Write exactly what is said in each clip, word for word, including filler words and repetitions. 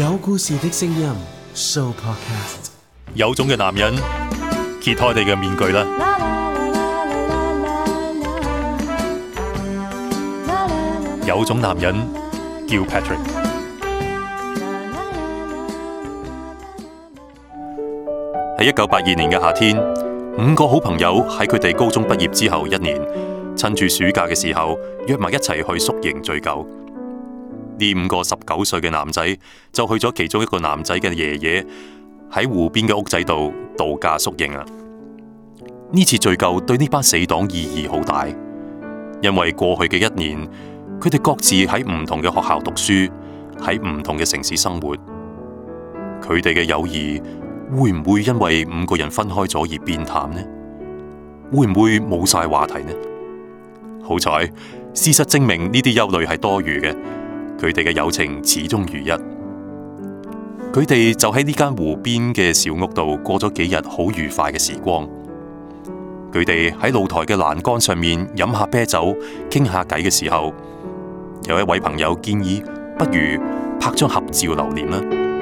有故事的聲音 Show Podcast。 有種嘅男人揭開你嘅面具啦。有種男人叫 Patrick。喺一九八二年嘅夏天，五個好朋友喺佢哋高中畢業之後一年，趁住暑假嘅時候約埋一齊去宿營聚舊。呢五個十九歲嘅男仔就去咗其中一個男仔嘅爺爺喺湖邊嘅屋仔度度假宿營啊！呢次聚舊對呢班死黨意義好大，因為過去嘅一年，佢哋各自喺唔同嘅學校讀書，喺唔同嘅城市生活。佢哋嘅友誼會唔會因為五個人分開咗而變淡呢？會唔會冇晒話題呢？好彩，事實證明呢啲憂慮係多餘嘅。佢哋嘅友情始終如一。佢哋就喺呢間湖邊嘅小屋度過咗幾日好愉快嘅時光。佢哋喺露台嘅欄杆上面飲下啤酒，傾下偈嘅時候，有一位朋友建議，不如拍張合照留念啦。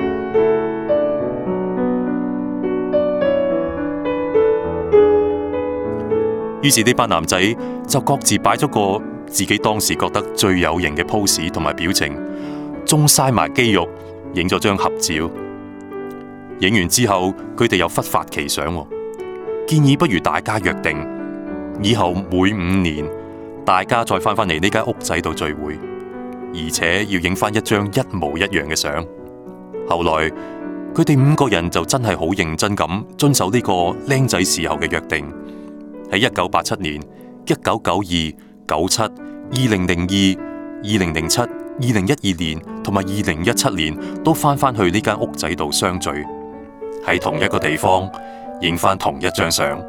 於是呢班男仔就各自擺咗個自己當時覺得最有型嘅 pose 同埋表情，仲晒埋肌肉，影咗張合照。影完之後，佢哋又忽發奇想，建議不如大家約定，以後每五年大家再翻返嚟呢間屋仔度聚會，而且要影翻一張一模一樣嘅相。後來佢哋五個人就真係好認真咁遵守呢個僆仔時候嘅約定，喺一九八七年、一九九二、九七、二零零二、二零零七、二零一二年同埋二零一七年都翻返去呢間屋仔度相聚，喺同一個地方影翻同一張相。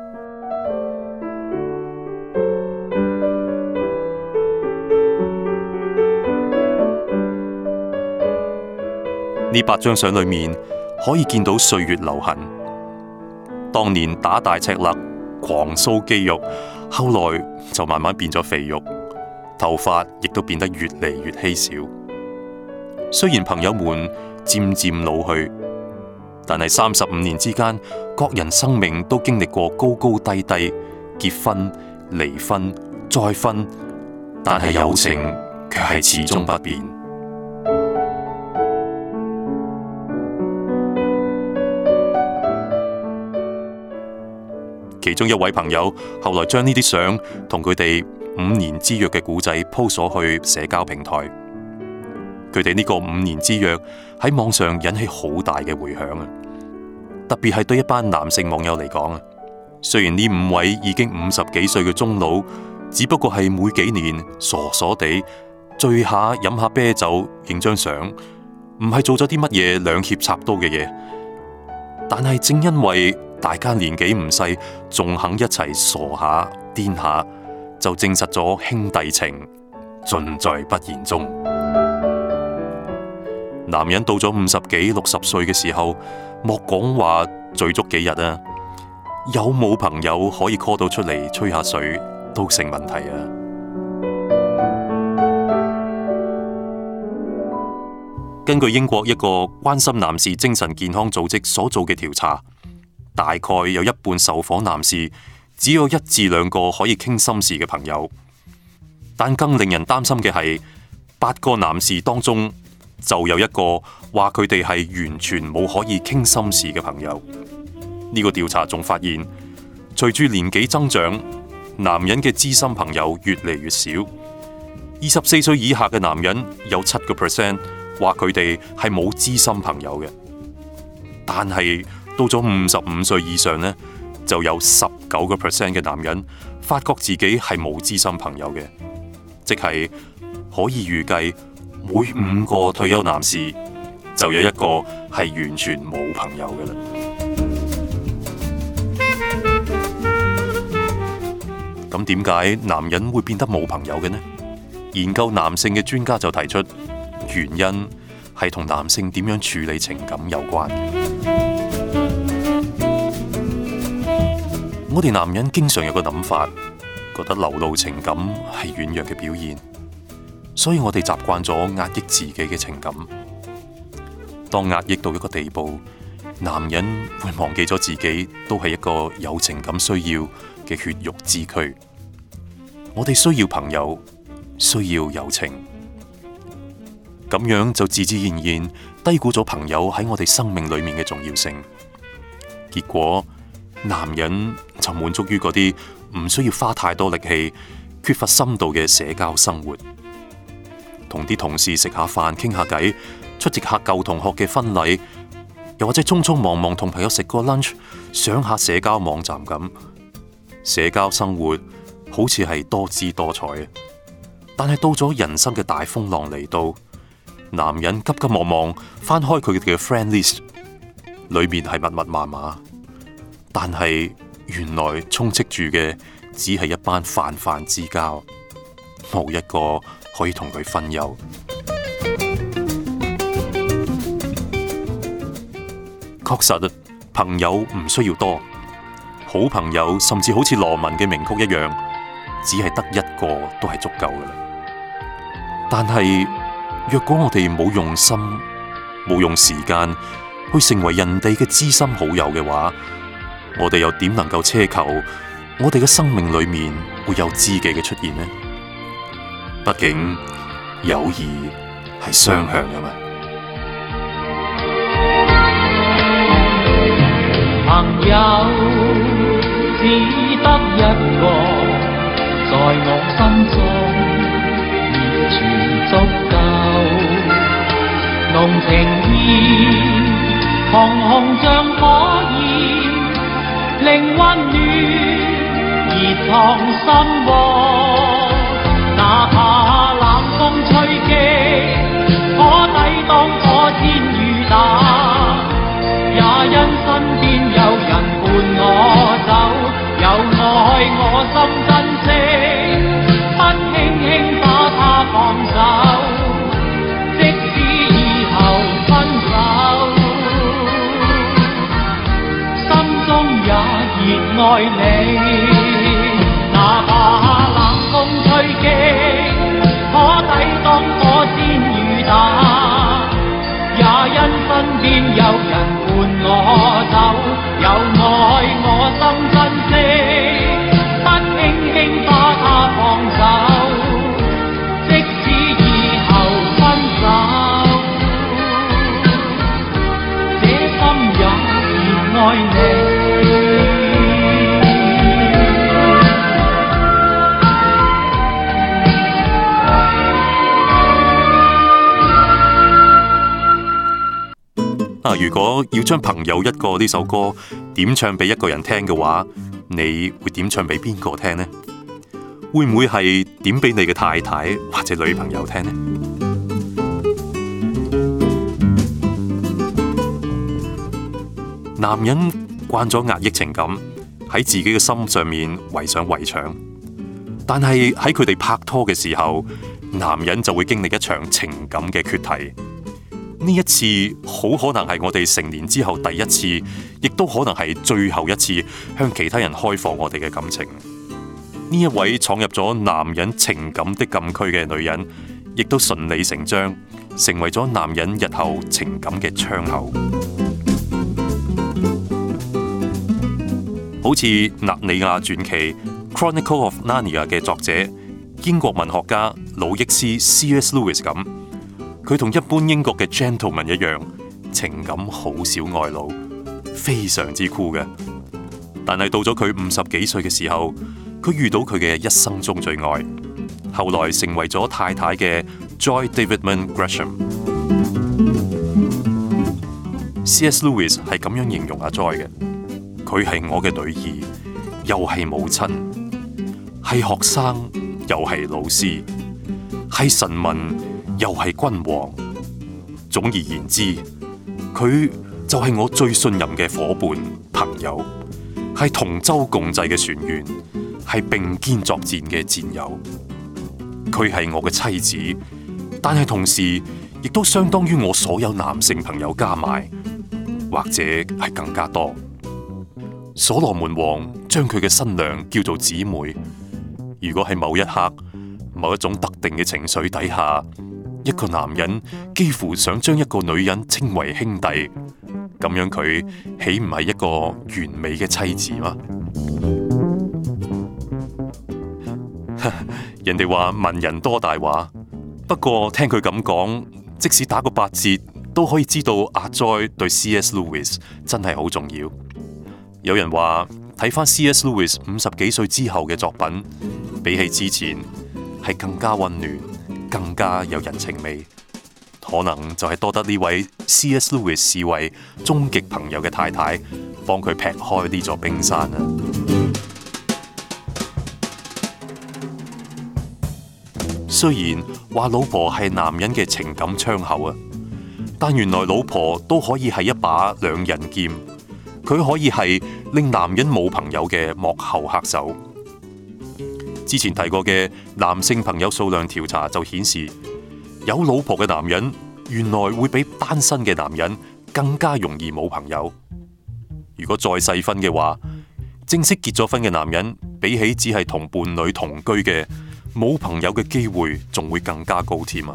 呢八張相裏面可以見到歲月留痕，當年打大赤肋、狂騷肌肉，後來就慢慢變咗肥肉，頭髮亦都變得越嚟越稀少。雖然朋友們漸漸老去，但係三十五年之間，各人生命都經歷過高高低低，結婚、離婚、再婚，但係友情卻係始終不變。其中一位朋友後來將呢啲相同佢哋五年之約嘅故仔 po 咗去社交平台。佢哋呢個五年之約喺網上引起好大嘅回響啊！特別係對一班男性網友嚟講啊，雖然呢五位已經五十幾歲嘅中老，只不過係每幾年傻傻地聚下飲下啤酒影張相，唔係做咗啲乜嘢兩肋插刀嘅嘢。但係正因為大家年紀唔細，仲肯一齊傻下癲下，就證實咗兄弟情盡在不言中。男人到咗五十幾六十歲嘅時候，莫講話聚足幾日啊，有冇朋友可以 call 到出嚟吹下水都成問題啊！根據英國一個關心男士精神健康組織所做嘅調查，大概有一半受訪男士只有一至兩個可以傾心事嘅朋友，但更令人擔心嘅係，八個男士當中就有一個話佢哋係完全冇可以傾心事嘅朋友。呢個調查仲發現，隨住年紀增長，男人嘅知心朋友越嚟越少。二十四歲以下嘅男人有七個 percent 話佢哋係冇知心朋友嘅，但係到咗五十五歲以上呢，就有十九個 percent 嘅男人發覺自己係冇知心朋友嘅，即係可以預計每五個退休男士就有一個係完全冇朋友嘅啦。咁點解男人會變得冇朋友嘅呢？研究男性嘅專家就提出，原因係同男性點樣處理情感有關。我哋男人經常有個諗法，覺得流露情感係軟弱嘅表現，所以我哋習慣咗壓抑自己嘅情感。 當壓抑到一個地步，男人會忘記咗自己都係一個有情感需要嘅血肉之軀。我哋需要朋友，需要友情，咁樣就自自然然低估咗朋友喺我哋生命裏面嘅重要性。結果，男人就滿足於嗰啲唔需要花太多力氣、缺乏深度嘅社交生活，同啲同事食下飯、傾下偈，出席下舊同學嘅婚禮，又或者匆匆忙忙同朋友食個 lunch， 上下社交網站咁。社交生活好似係多姿多彩，但係到咗人生嘅大風浪嚟到，男人急急忙忙翻開佢嘅 friend list， 裏面係密密麻麻，但係原來充斥住嘅只係一班泛泛之交，冇一個可以同佢分憂。確實，朋友唔需要多，好朋友甚至好似羅文嘅名曲一樣，只係得一個都係足夠㗎喇。但係若果我哋冇用心、冇用時間去成為人哋嘅知心好友嘅話，我哋又點能夠奢求我哋嘅生命裏面會有知己嘅出現呢？畢竟友誼係雙向㗎嘛。 朋友只得一個，在我心中完全足夠。濃情意紅紅像火焰，令溫暖熱燙心窩。哪怕冷風吹擊，可抵擋火箭雨打，也因身邊有人伴我走，有愛我心珍惜，不輕輕把它放手，即使以後分手，心中也熱愛你。哪怕冷風吹擊，可抵擋火箭雨打，也因身邊有人伴我走，有愛我心珍惜，不輕輕把它放手，即使以後分手，這心也熱愛你。 啊，如果要將朋友一個呢首歌點唱俾一個人聽嘅話，你會點唱俾邊個聽呢？會唔會係點俾你嘅太太或者女朋友聽呢？男人慣咗壓抑情感，喺自己嘅心上面圍上圍牆，但係喺佢哋拍拖嘅時候，男人就會經歷一場情感嘅決堤。呢一次好可能係我哋成年之後第一次，亦都可能係最後一次向其他人開放我哋嘅感情。呢一位闖入咗男人情感的禁區嘅女人，亦都順理成章成為咗男人日後情感嘅窗口。好似納尼亞傳奇 Chronicle of Narnia 嘅作者英國文學家魯益斯 C S Lewis 咁，佢同一般英國嘅 gentleman 一樣，情感好少外露，非常之酷嘅。但係到咗佢五十幾歲嘅時候，佢遇到佢嘅一生中最愛，後來成為咗太太嘅 Joy Davidman Gresham。C S Lewis 係咁樣形容阿 Joy 嘅，佢係我嘅女兒，又係母親，係學生，又係老師，係臣民，又係君王。總而言之，佢就係我最信任嘅夥伴、朋友，係同舟共濟嘅船員，係並肩作戰嘅戰友。佢係我嘅妻子，但係同時亦都相當於我所有男性朋友加埋，或者係更加多。所羅門王將佢嘅新娘叫做姊妹。如果喺某一刻、某一種特定嘅情緒底下， 一個男人幾乎想將一個女人稱為兄弟，咁樣佢豈唔係一個完美嘅妻子嗎？人哋話文人多大話，不過聽佢咁講，即使打個八折都可以知道阿 Joy 對 C S Lewis 真係好重要。有人話睇返 C S Lewis 五十幾歲之後嘅作品，比起之前係更加溫暖，更加有人情味，可能就係多得呢位 C S Lewis 視為終極朋友嘅太太幫佢劈開呢座冰山啊！雖然話老婆係男人嘅情感窗口啊，但原來老婆都可以係一把兩刃劍，佢可以係令男人冇朋友嘅幕後黑手。之前提過嘅男性朋友數量調查就顯示，有老婆嘅男人原來會比單身嘅男人更加容易冇朋友。如果再細分嘅話，正式結咗婚嘅男人比起只係同伴侶同居嘅，冇朋友嘅機會仲會更加高添啊！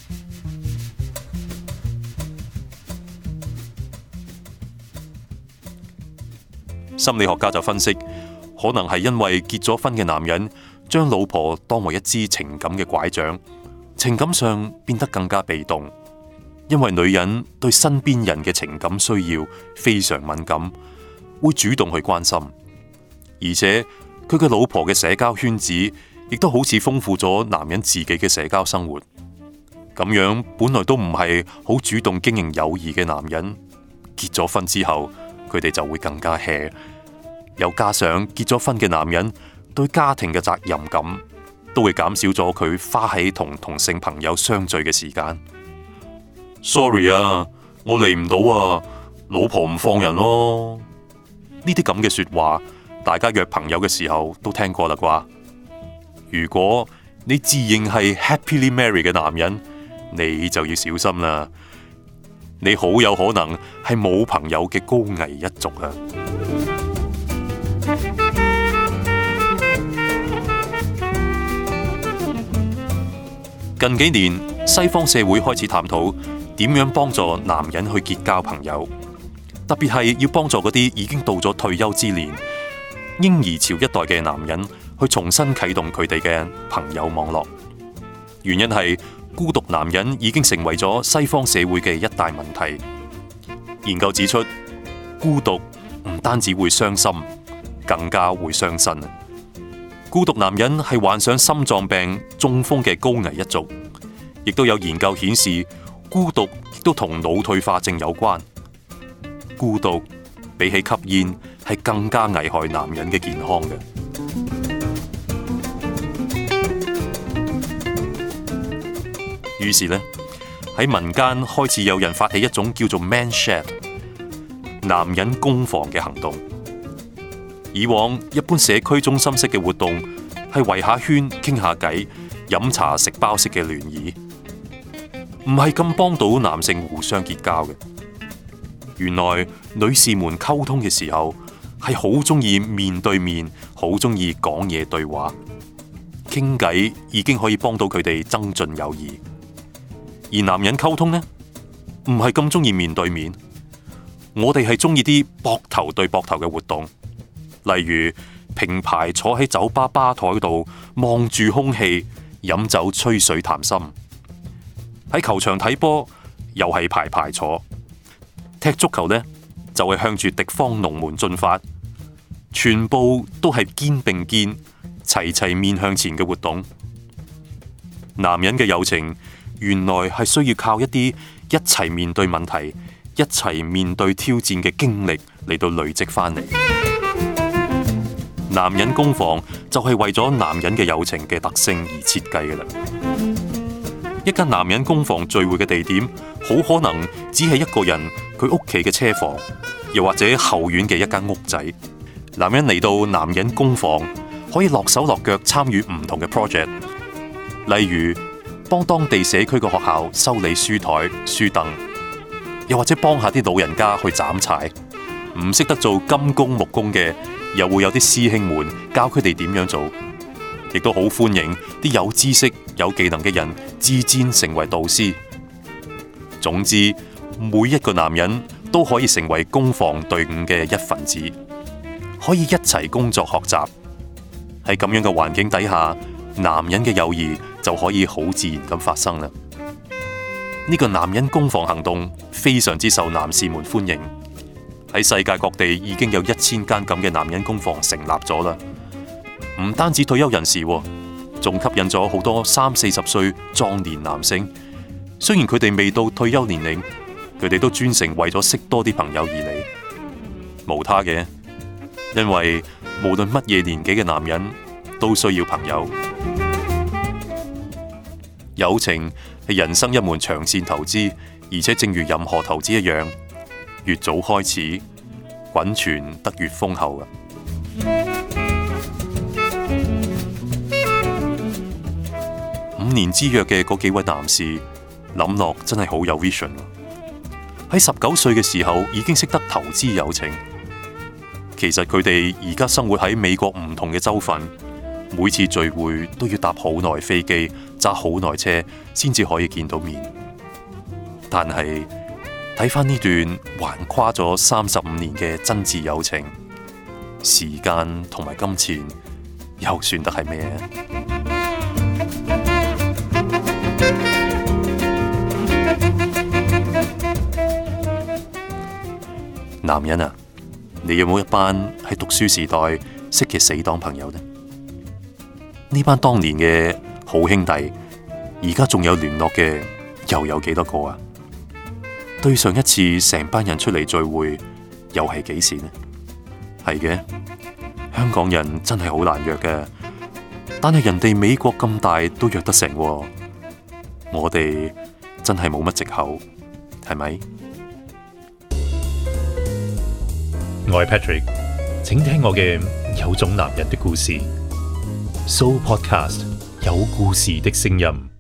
心理學家就分析，可能係因為結咗婚嘅男人將老婆當為一支情感嘅拐杖，情感上變得更加被動，因為女人對身邊人嘅情感需要非常敏感，會主動去關心，而且佢嘅老婆嘅社交圈子亦都好似豐富咗男人自己嘅社交生活。咁樣本來都唔係好主動經營友誼嘅男人，結咗婚之後佢哋就會更加 hea， 又加上結咗婚嘅男人對家庭嘅責任感，都會減少咗佢花喺同同性朋友相聚嘅時間。Sorry 啊，我嚟唔到啊，老婆唔放人咯。呢啲咁嘅說話，大家約朋友嘅時候都聽過啦啩。如果你自認係 happily married 嘅男人，你就要小心啦。你好有可能係冇朋友嘅高危一族啊！近幾年，西方社會開始探討點樣幫助男人去結交朋友，特別係要幫助嗰啲已經到咗退休之年、嬰兒潮一代嘅男人去重新啟動佢哋嘅朋友網絡。原因係孤獨男人已經成為咗西方社會嘅一大問題。研究指出，孤獨唔單止會傷心，更加會傷身。孤獨男人係患上心臟病、中風嘅高危一族，亦都有研究顯示，孤獨亦都同腦退化症有關。孤獨比起吸煙係更加危害男人嘅健康嘅。於是呢，喺民間開始有人發起一種叫做 Man Shed 男人攻防嘅行動。以往一般社區中心式嘅活動係圍下圈傾下偈、飲茶食包式嘅聯誼，唔係咁幫到男性互相結交嘅。原來女士們溝通嘅時候係好中意面對面，好中意講嘢對話，傾偈已經可以幫到佢哋增進友誼。而男人溝通呢，唔係咁中意面對面，我哋係中意啲膊頭對膊頭嘅活動，例如平排坐喺酒吧吧台度望住空氣，飲酒吹水談心。喺球場睇波又係排排坐，踢足球呢就係向住敵方龍門進發，全部都係肩並肩、齊齊面向前嘅活動。男人嘅友情原來係需要靠一啲一齊面對問題、一齊面對挑戰嘅經歷嚟到累積翻嚟。男人攻防就係為咗男人嘅友情嘅特性而設計嘅啦。一間男人攻防聚會嘅地點，好可能只係一個人佢屋企嘅車房，又或者後院嘅一間屋仔。男人嚟到男人攻防，可以落手落腳參與唔同嘅 project， 例如幫當地社區嘅學校修理書台、書凳，又或者幫下啲老人家去斬柴。唔識得做金工木工嘅，又會有啲師兄們教佢哋點樣做。 亦都好歡迎啲有知識、有技能嘅人自薦成為導師。總之，每一個男人都可以成為攻防隊伍嘅一份子，可以一齊工作學習。喺咁樣嘅環境底下，男人嘅友誼就可以好自然咁發生啦。呢個男人攻防行動非常之受男士們歡迎，喺世界各地已經有一千間咁嘅男人攻防成立咗啦。唔單止退休人士，仲吸引咗好多三四十歲壯年男性。雖然佢哋未到退休年齡，佢哋都專程為咗識多啲朋友而嚟。無他嘅，因為無論乜嘢年紀嘅男人都需要朋友。友情係人生一門長線投資，而且正如任何投資一樣，越早開始，滾存得越豐厚啊！五年之約嘅嗰幾位男士，諗落真係好有 vision。喺十九歲嘅時候已經識得投資友情。其實佢哋而家生活喺美國唔同嘅州份，每次聚會都要搭好耐飛機，揸好耐車先至可以見到面。但係睇返呢段橫跨咗三十五年嘅真摯友情，時間同埋金錢又算得係咩？男人啊，你有冇一班喺讀書時代識嘅死黨朋友呢？呢班當年嘅好兄弟，而家仲有聯絡嘅又有幾多個啊？對上一次成班人出嚟聚會，又係幾時呢？係嘅，香港人真係好難約嘅，但係人哋美國咁大都約得成喎，我哋真係冇乜藉口，係咪？ 我係 Patrick， 請聽我嘅有種男人的故事。So Podcast 有故事的聲音。